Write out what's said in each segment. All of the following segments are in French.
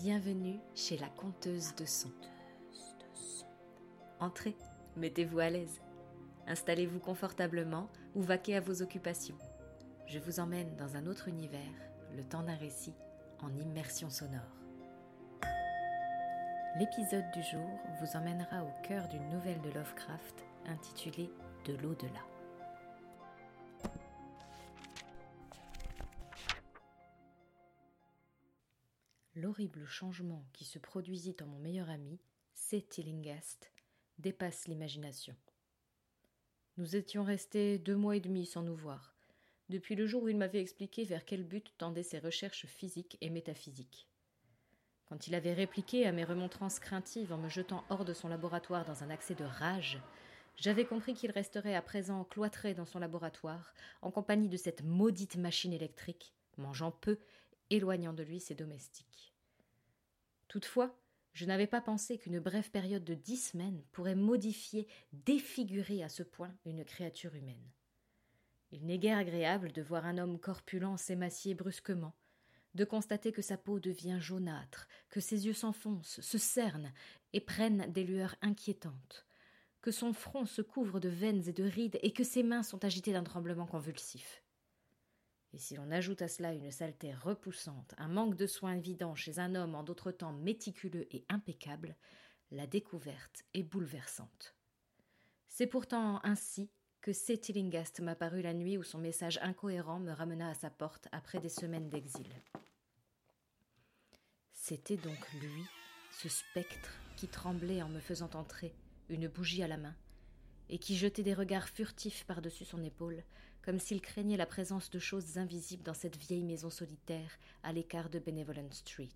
Bienvenue chez la conteuse de sons. Entrez, mettez-vous à l'aise. Installez-vous confortablement ou vaquez à vos occupations. Je vous emmène dans un autre univers, le temps d'un récit, en immersion sonore. L'épisode du jour vous emmènera au cœur d'une nouvelle de Lovecraft intitulée « De l'au-delà ». L'horrible changement qui se produisit en mon meilleur ami, C. Tillinghast, dépasse l'imagination. Nous étions restés 2 mois et demi sans nous voir, depuis le jour où il m'avait expliqué vers quel but tendaient ses recherches physiques et métaphysiques. Quand il avait répliqué à mes remontrances craintives en me jetant hors de son laboratoire dans un accès de rage, j'avais compris qu'il resterait à présent cloîtré dans son laboratoire, en compagnie de cette maudite machine électrique, mangeant peu, éloignant de lui ses domestiques. Toutefois, je n'avais pas pensé qu'une brève période de 10 semaines pourrait modifier, défigurer à ce point une créature humaine. Il n'est guère agréable de voir un homme corpulent s'émacier brusquement, de constater que sa peau devient jaunâtre, que ses yeux s'enfoncent, se cernent et prennent des lueurs inquiétantes, que son front se couvre de veines et de rides et que ses mains sont agitées d'un tremblement convulsif. Et si l'on ajoute à cela une saleté repoussante, un manque de soins évident chez un homme en d'autres temps méticuleux et impeccable, la découverte est bouleversante. C'est pourtant ainsi que C. Tillinghast m'apparut la nuit où son message incohérent me ramena à sa porte après des semaines d'exil. C'était donc lui, ce spectre qui tremblait en me faisant entrer, une bougie à la main, et qui jetait des regards furtifs par-dessus son épaule, comme s'il craignait la présence de choses invisibles dans cette vieille maison solitaire à l'écart de Benevolent Street.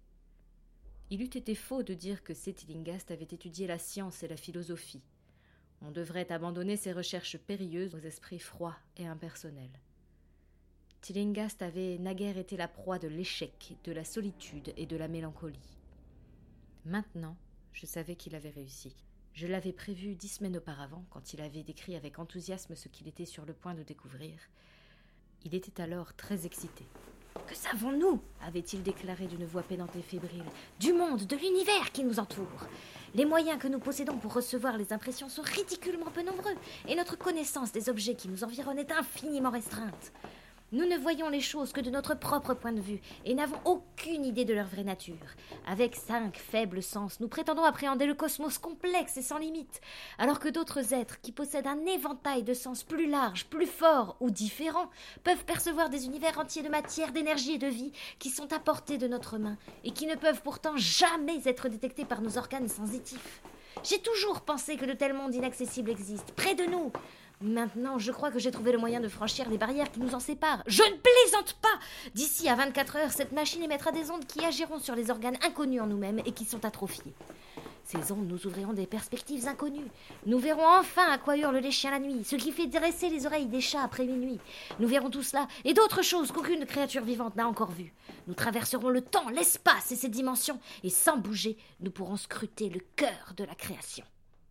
Il eût été faux de dire que C. Tillinghast avait étudié la science et la philosophie. On devrait abandonner ses recherches périlleuses aux esprits froids et impersonnels. Tillinghast avait naguère été la proie de l'échec, de la solitude et de la mélancolie. Maintenant, je savais qu'il avait réussi. Je l'avais prévu 10 semaines auparavant, quand il avait décrit avec enthousiasme ce qu'il était sur le point de découvrir. Il était alors très excité. « Que savons-nous » avait-il déclaré d'une voix pénante et fébrile, « du monde, de l'univers qui nous entoure. Les moyens que nous possédons pour recevoir les impressions sont ridiculement peu nombreux, et notre connaissance des objets qui nous environnent est infiniment restreinte. Nous ne voyons les choses que de notre propre point de vue et n'avons aucune idée de leur vraie nature. Avec 5 faibles sens, nous prétendons appréhender le cosmos complexe et sans limite, alors que d'autres êtres qui possèdent un éventail de sens plus large, plus fort ou différents peuvent percevoir des univers entiers de matière, d'énergie et de vie qui sont à portée de notre main et qui ne peuvent pourtant jamais être détectés par nos organes sensitifs. J'ai toujours pensé que de tels mondes inaccessibles existent, près de nous. Maintenant, je crois que j'ai trouvé le moyen de franchir les barrières qui nous en séparent. Je ne plaisante pas. D'ici à 24 heures, cette machine émettra des ondes qui agiront sur les organes inconnus en nous-mêmes et qui sont atrophiés. Ces ondes nous ouvriront des perspectives inconnues. Nous verrons enfin à quoi hurlent les chiens la nuit, ce qui fait dresser les oreilles des chats après minuit. Nous verrons tout cela et d'autres choses qu'aucune créature vivante n'a encore vues. Nous traverserons le temps, l'espace et ses dimensions, et sans bouger, nous pourrons scruter le cœur de la création. »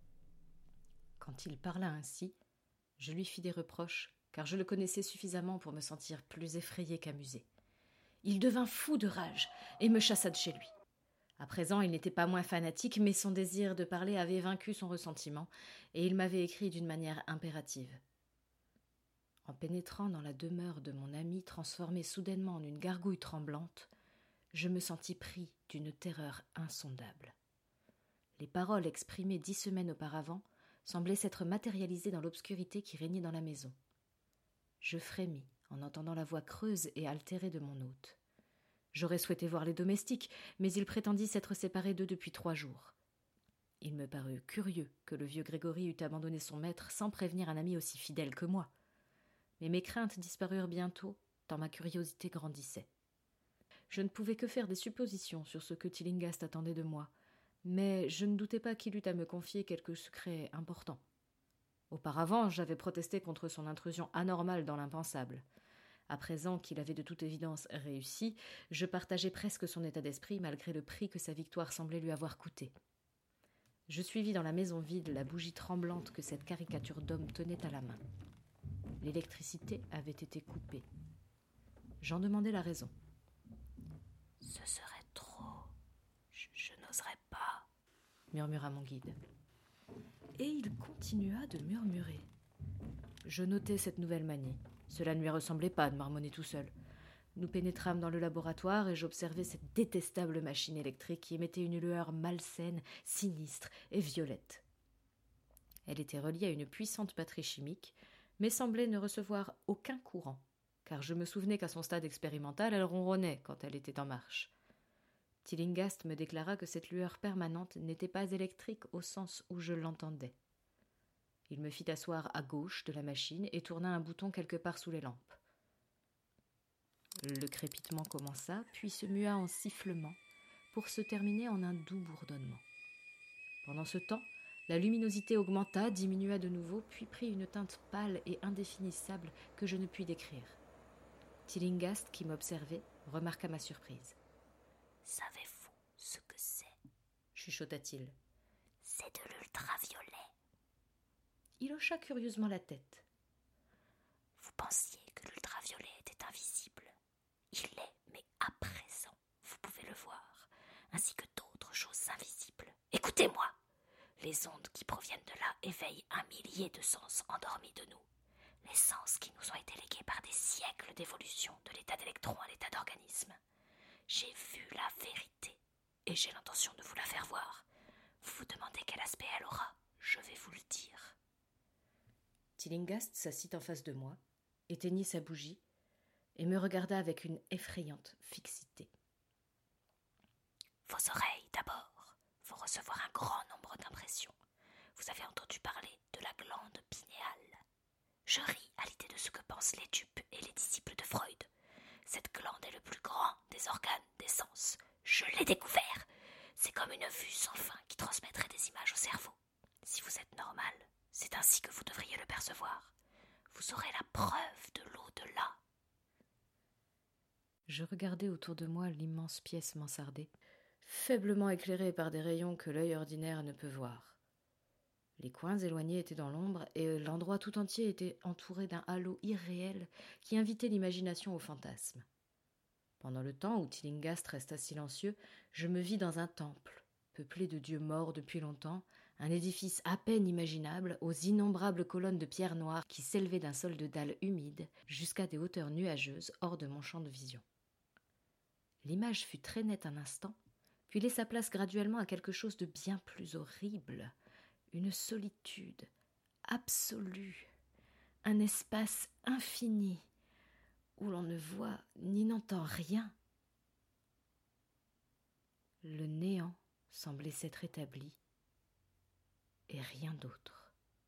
Quand il parla ainsi, je lui fis des reproches, car je le connaissais suffisamment pour me sentir plus effrayé qu'amusé. Il devint fou de rage et me chassa de chez lui. À présent, il n'était pas moins fanatique, mais son désir de parler avait vaincu son ressentiment, et il m'avait écrit d'une manière impérative. En pénétrant dans la demeure de mon ami transformé soudainement en une gargouille tremblante, je me sentis pris d'une terreur insondable. Les paroles exprimées 10 semaines auparavant semblait s'être matérialisé dans l'obscurité qui régnait dans la maison. Je frémis en entendant la voix creuse et altérée de mon hôte. J'aurais souhaité voir les domestiques, mais il prétendit s'être séparé d'eux depuis 3 jours. Il me parut curieux que le vieux Grégory eût abandonné son maître sans prévenir un ami aussi fidèle que moi. Mais mes craintes disparurent bientôt, tant ma curiosité grandissait. Je ne pouvais que faire des suppositions sur ce que Tillinghast attendait de moi, mais je ne doutais pas qu'il eût à me confier quelque secret important. Auparavant, j'avais protesté contre son intrusion anormale dans l'impensable. À présent qu'il avait de toute évidence réussi, je partageais presque son état d'esprit malgré le prix que sa victoire semblait lui avoir coûté. Je suivis dans la maison vide la bougie tremblante que cette caricature d'homme tenait à la main. L'électricité avait été coupée. J'en demandai la raison. « Ce serait trop, » n'oserais pas, murmura mon guide. Et il continua de murmurer. Je notai cette nouvelle manie. Cela ne lui ressemblait pas de marmonner tout seul. Nous pénétrâmes dans le laboratoire et j'observai cette détestable machine électrique qui émettait une lueur malsaine, sinistre et violette. Elle était reliée à une puissante batterie chimique, mais semblait ne recevoir aucun courant, car je me souvenais qu'à son stade expérimental, elle ronronnait quand elle était en marche. Tillinghast me déclara que cette lueur permanente n'était pas électrique au sens où je l'entendais. Il me fit asseoir à gauche de la machine et tourna un bouton quelque part sous les lampes. Le crépitement commença, puis se mua en sifflement, pour se terminer en un doux bourdonnement. Pendant ce temps, la luminosité augmenta, diminua de nouveau, puis prit une teinte pâle et indéfinissable que je ne puis décrire. Tillinghast, qui m'observait, remarqua ma surprise. « Savez-vous ce que c'est » chuchota-t-il. « C'est de l'ultraviolet. » Il hocha curieusement la tête. « Vous pensiez que l'ultraviolet était invisible. Il l'est, mais à présent, vous pouvez le voir, ainsi que d'autres choses invisibles. Écoutez-moi. Les ondes qui proviennent de là éveillent 1 millier de sens endormis de nous. Les sens qui nous ont été légués par des siècles d'évolution de l'état d'électron à l'état d'organisme. J'ai vu la vérité, et j'ai l'intention de vous la faire voir. Vous vous demandez quel aspect elle aura, je vais vous le dire. » Tillinghast s'assit en face de moi, éteignit sa bougie, et me regarda avec une effrayante fixité. « Vos oreilles, d'abord, vont recevoir un grand nombre d'impressions. Vous avez entendu parler de la glande pinéale. Je ris à l'idée de ce que pensent les dupes et les disciples de Freud. Cette glande est le plus grand des organes des sens. Je l'ai découvert. C'est comme une vue sans fin qui transmettrait des images au cerveau. Si vous êtes normal, c'est ainsi que vous devriez le percevoir. Vous aurez la preuve de l'au-delà. » Je regardais autour de moi l'immense pièce mansardée, faiblement éclairée par des rayons que l'œil ordinaire ne peut voir. Les coins éloignés étaient dans l'ombre et l'endroit tout entier était entouré d'un halo irréel qui invitait l'imagination au fantasme. Pendant le temps où Tillinghast resta silencieux, je me vis dans un temple, peuplé de dieux morts depuis longtemps, un édifice à peine imaginable aux innombrables colonnes de pierre noire qui s'élevaient d'un sol de dalles humides jusqu'à des hauteurs nuageuses hors de mon champ de vision. L'image fut très nette un instant, puis laissa place graduellement à quelque chose de bien plus horrible, une solitude absolue, un espace infini où l'on ne voit ni n'entend rien. Le néant semblait s'être établi et rien d'autre.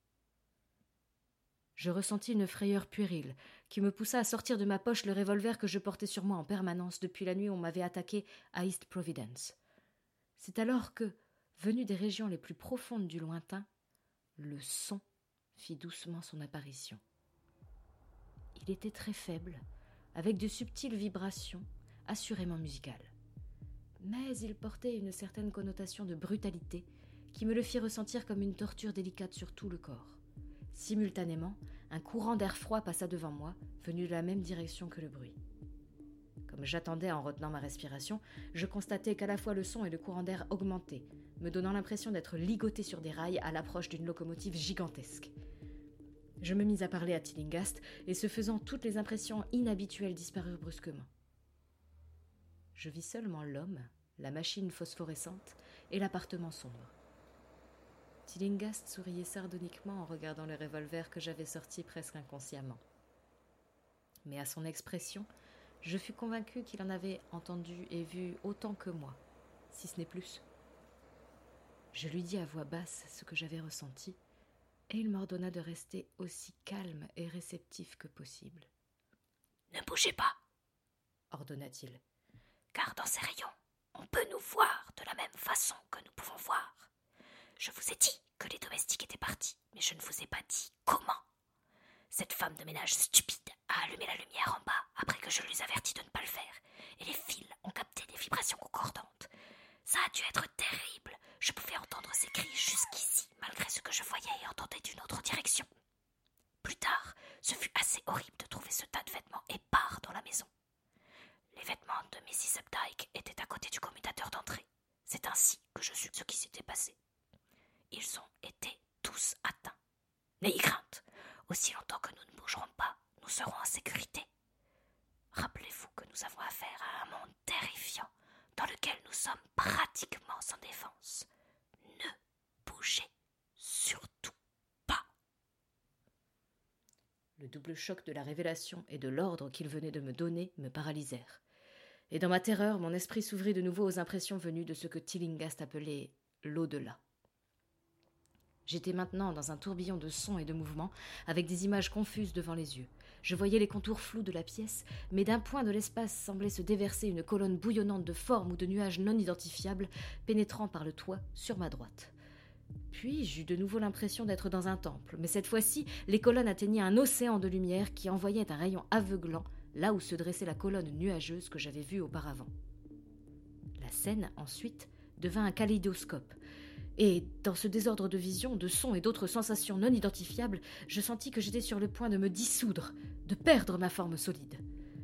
Je ressentis une frayeur puérile qui me poussa à sortir de ma poche le revolver que je portais sur moi en permanence depuis la nuit où on m'avait attaqué à East Providence. C'est alors que, venu des régions les plus profondes du lointain, le son fit doucement son apparition. Il était très faible, avec de subtiles vibrations, assurément musicales. Mais il portait une certaine connotation de brutalité qui me le fit ressentir comme une torture délicate sur tout le corps. Simultanément, un courant d'air froid passa devant moi, venu de la même direction que le bruit. Comme j'attendais en retenant ma respiration, je constatai qu'à la fois le son et le courant d'air augmentaient, me donnant l'impression d'être ligoté sur des rails à l'approche d'une locomotive gigantesque. Je me mis à parler à Tillinghast, et ce faisant, toutes les impressions inhabituelles disparurent brusquement. Je vis seulement l'homme, la machine phosphorescente et l'appartement sombre. Tillinghast souriait sardoniquement en regardant le revolver que j'avais sorti presque inconsciemment. Mais à son expression, je fus convaincu qu'il en avait entendu et vu autant que moi, si ce n'est plus. Je lui dis à voix basse ce que j'avais ressenti, et il m'ordonna de rester aussi calme et réceptif que possible. « Ne bougez pas !» ordonna-t-il. « Car dans ces rayons, on peut nous voir de la même façon que nous pouvons voir. Je vous ai dit que les domestiques étaient partis, mais je ne vous ai pas dit comment. Cette femme de ménage stupide a allumé la lumière en bas après que je lui avertis de ne pas le faire, et les fils ont capté des vibrations concordantes. Ça a dû être terrible. Je pouvais entendre ses cris jusqu'ici, malgré ce que je voyais et entendais d'une autre direction. Plus tard, ce fut assez horrible de trouver ce tas de vêtements épars dans la maison. Les vêtements de Mrs. Updike étaient à côté du commutateur d'entrée. C'est ainsi que je sus ce qui s'était passé. Ils ont été tous atteints. N'ayez crainte, aussi longtemps que nous ne bougerons pas, nous serons en sécurité. Rappelez-vous que nous avons affaire à un monde terrifiant dans lequel nous sommes pratiquement sans défense. Ne bougez surtout pas. » Le double choc de la révélation et de l'ordre qu'il venait de me donner me paralysèrent. Et dans ma terreur, mon esprit s'ouvrit de nouveau aux impressions venues de ce que Tillinghast appelait l'au-delà. J'étais maintenant dans un tourbillon de sons et de mouvements, avec des images confuses devant les yeux. Je voyais les contours flous de la pièce, mais d'un point de l'espace semblait se déverser une colonne bouillonnante de formes ou de nuages non identifiables, pénétrant par le toit sur ma droite. Puis j'eus de nouveau l'impression d'être dans un temple, mais cette fois-ci, les colonnes atteignaient un océan de lumière qui envoyait un rayon aveuglant là où se dressait la colonne nuageuse que j'avais vue auparavant. La scène, ensuite, devint un kaléidoscope, et dans ce désordre de vision, de sons et d'autres sensations non identifiables, je sentis que j'étais sur le point de me dissoudre, de perdre ma forme solide.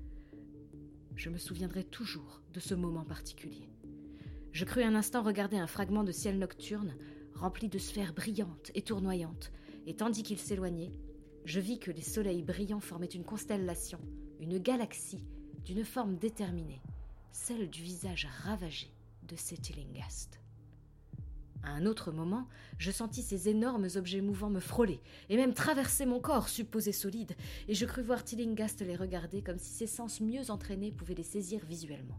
Je me souviendrai toujours de ce moment particulier. Je crus un instant regarder un fragment de ciel nocturne, rempli de sphères brillantes et tournoyantes, et tandis qu'il s'éloignait, je vis que les soleils brillants formaient une constellation, une galaxie d'une forme déterminée, celle du visage ravagé de Tillinghast. À un autre moment, je sentis ces énormes objets mouvants me frôler, et même traverser mon corps supposé solide, et je crus voir Tillinghast les regarder comme si ses sens mieux entraînés pouvaient les saisir visuellement.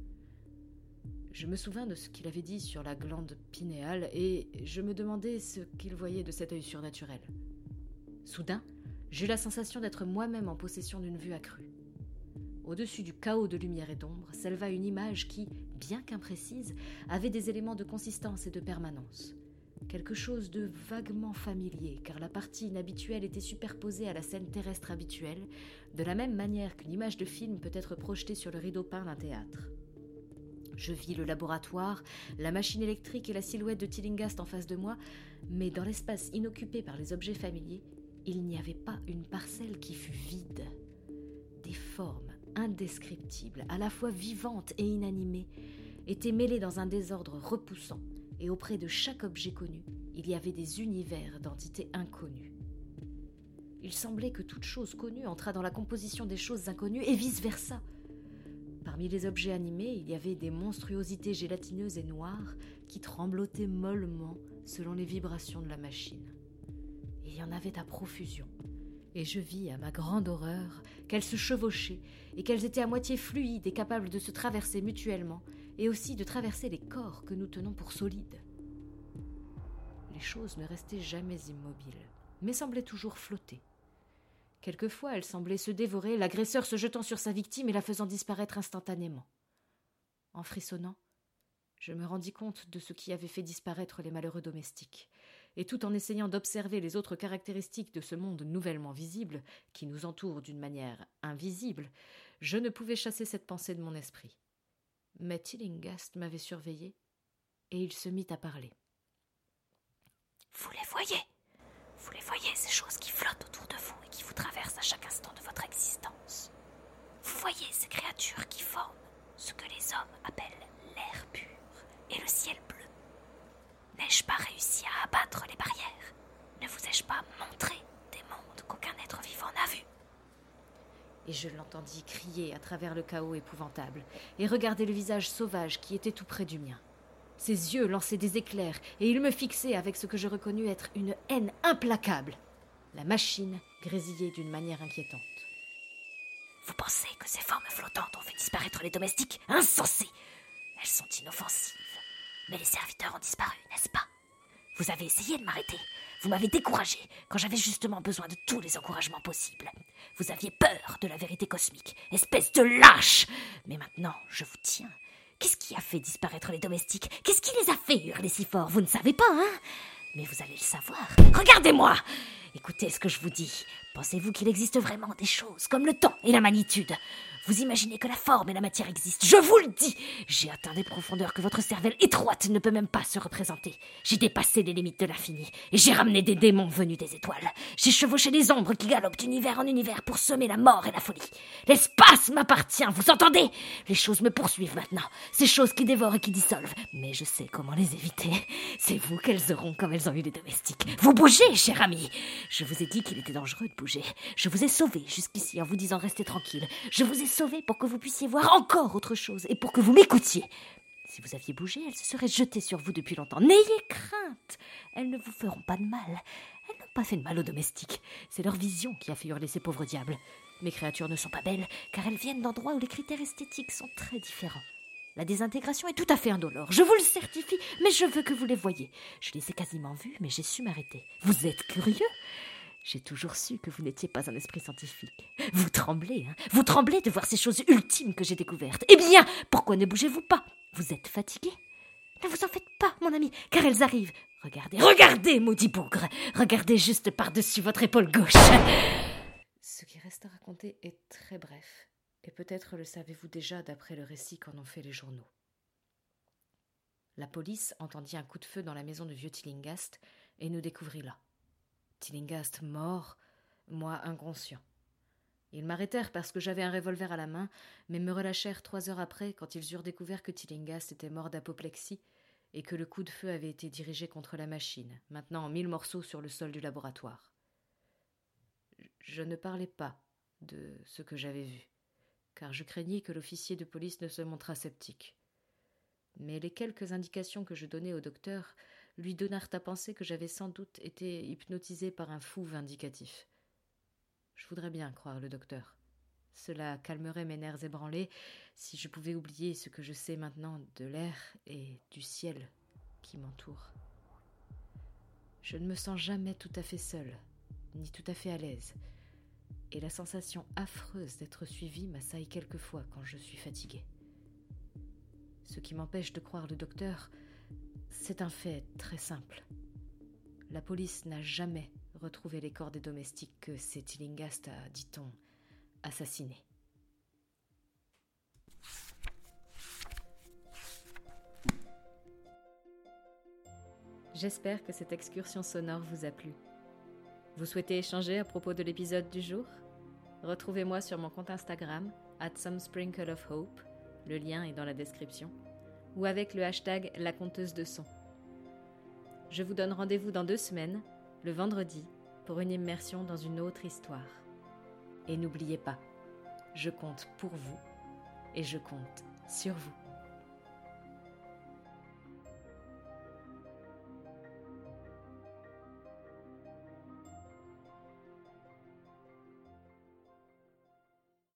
Je me souvins de ce qu'il avait dit sur la glande pinéale, et je me demandais ce qu'il voyait de cet œil surnaturel. Soudain, j'eus la sensation d'être moi-même en possession d'une vue accrue. Au-dessus du chaos de lumière et d'ombre s'éleva une image qui, bien qu'imprécise, avait des éléments de consistance et de permanence. Quelque chose de vaguement familier, car la partie inhabituelle était superposée à la scène terrestre habituelle, de la même manière qu'une image de film peut être projetée sur le rideau peint d'un théâtre. Je vis le laboratoire, la machine électrique et la silhouette de Tillinghast en face de moi, mais dans l'espace inoccupé par les objets familiers, il n'y avait pas une parcelle qui fût vide. Des formes indescriptibles, à la fois vivantes et inanimées, étaient mêlées dans un désordre repoussant, et auprès de chaque objet connu, il y avait des univers d'entités inconnues. Il semblait que toute chose connue entrât dans la composition des choses inconnues, et vice-versa. Parmi les objets animés, il y avait des monstruosités gélatineuses et noires qui tremblotaient mollement selon les vibrations de la machine. Il y en avait à profusion, et je vis, à ma grande horreur, qu'elles se chevauchaient et qu'elles étaient à moitié fluides et capables de se traverser mutuellement, et aussi de traverser les corps que nous tenons pour solides. Les choses ne restaient jamais immobiles, mais semblaient toujours flotter. Quelquefois, elles semblaient se dévorer, l'agresseur se jetant sur sa victime et la faisant disparaître instantanément. En frissonnant, je me rendis compte de ce qui avait fait disparaître les malheureux domestiques, et tout en essayant d'observer les autres caractéristiques de ce monde nouvellement visible, qui nous entoure d'une manière invisible, je ne pouvais chasser cette pensée de mon esprit. Mais Tillinghast m'avait surveillé, et il se mit à parler. « Vous les voyez ? Vous les voyez, ces choses qui flottent autour de vous et qui vous traversent à chaque instant de votre existence. Vous voyez ces créatures qui forment ce que les hommes appellent l'air pur et le ciel bleu. N'ai-je pas réussi à abattre les barrières ? Ne vous ai-je pas montré des mondes qu'aucun être vivant n'a vus ? » Et je l'entendis crier à travers le chaos épouvantable et regarder le visage sauvage qui était tout près du mien. Ses yeux lançaient des éclairs et il me fixait avec ce que je reconnus être une haine implacable. La machine grésillait d'une manière inquiétante. « Vous pensez que ces formes flottantes ont fait disparaître les domestiques ? Insensés ! Elles sont inoffensives. Mais les serviteurs ont disparu, n'est-ce pas ? Vous avez essayé de m'arrêter. Vous m'avez découragé quand j'avais justement besoin de tous les encouragements possibles. Vous aviez peur de la vérité cosmique, espèce de lâche ! Mais maintenant, je vous tiens. Qu'est-ce qui a fait disparaître les domestiques ? Qu'est-ce qui les a fait hurler si fort ? Vous ne savez pas, hein ? Mais vous allez le savoir. Regardez-moi ! Écoutez ce que je vous dis. Pensez-vous qu'il existe vraiment des choses comme le temps et la magnitude ? Vous imaginez que la forme et la matière existent. Je vous le dis. J'ai atteint des profondeurs que votre cervelle étroite ne peut même pas se représenter. J'ai dépassé les limites de l'infini. Et j'ai ramené des démons venus des étoiles. J'ai chevauché des ombres qui galopent d'univers en univers pour semer la mort et la folie. L'espace m'appartient, vous entendez? Les choses me poursuivent maintenant. Ces choses qui dévorent et qui dissolvent. Mais je sais comment les éviter. C'est vous qu'elles auront comme elles ont eu les domestiques. Vous bougez, cher ami. Je vous ai dit qu'il était dangereux de bouger. Je vous ai sauvé jusqu'ici en vous disant restez tranquille. Je vous ai sauvé pour que vous puissiez voir encore autre chose et pour que vous m'écoutiez. Si vous aviez bougé, elles se seraient jetées sur vous depuis longtemps. N'ayez crainte. Elles ne vous feront pas de mal. Elles n'ont pas fait de mal aux domestiques. C'est leur vision qui a fait hurler ces pauvres diables. Mes créatures ne sont pas belles, car elles viennent d'endroits où les critères esthétiques sont très différents. La désintégration est tout à fait indolore, je vous le certifie, mais je veux que vous les voyiez. Je les ai quasiment vues, mais j'ai su m'arrêter. Vous êtes curieux? J'ai toujours su que vous n'étiez pas un esprit scientifique. Vous tremblez, hein? Vous tremblez de voir ces choses ultimes que j'ai découvertes. Eh bien, pourquoi ne bougez-vous pas? Vous êtes fatigué? Ne vous en faites pas, mon ami, car elles arrivent. Regardez, regardez, maudit bougre. Regardez juste par-dessus votre épaule gauche. Ce qui reste à raconter est très bref, et peut-être le savez-vous déjà d'après le récit qu'en ont fait les journaux. La police entendit un coup de feu dans la maison de vieux Tillinghast et nous découvrit là. Tillinghast mort, moi inconscient. Ils m'arrêtèrent parce que j'avais un revolver à la main, mais me relâchèrent 3 heures après quand ils eurent découvert que Tillinghast était mort d'apoplexie et que le coup de feu avait été dirigé contre la machine, maintenant en 1000 morceaux sur le sol du laboratoire. Je ne parlais pas de ce que j'avais vu, car je craignais que l'officier de police ne se montrât sceptique. Mais les quelques indications que je donnais au docteur lui donnèrent à penser que j'avais sans doute été hypnotisé par un fou vindicatif. Je voudrais bien croire le docteur. Cela calmerait mes nerfs ébranlés si je pouvais oublier ce que je sais maintenant de l'air et du ciel qui m'entoure. Je ne me sens jamais tout à fait seul, ni tout à fait à l'aise, et la sensation affreuse d'être suivi m'assaille quelquefois quand je suis fatigué. Ce qui m'empêche de croire le docteur, c'est un fait très simple. La police n'a jamais retrouvé les corps des domestiques que ces Tillinghast a, dit-on, assassinés. J'espère que cette excursion sonore vous a plu. Vous souhaitez échanger à propos de l'épisode du jour? Retrouvez-moi sur mon compte Instagram, @somesprinkleofhope, le lien est dans la description, ou avec le hashtag #laconteuse-de-son. Je vous donne rendez-vous dans 2 semaines, le vendredi, pour une immersion dans une autre histoire. Et n'oubliez pas, je compte pour vous et je compte sur vous.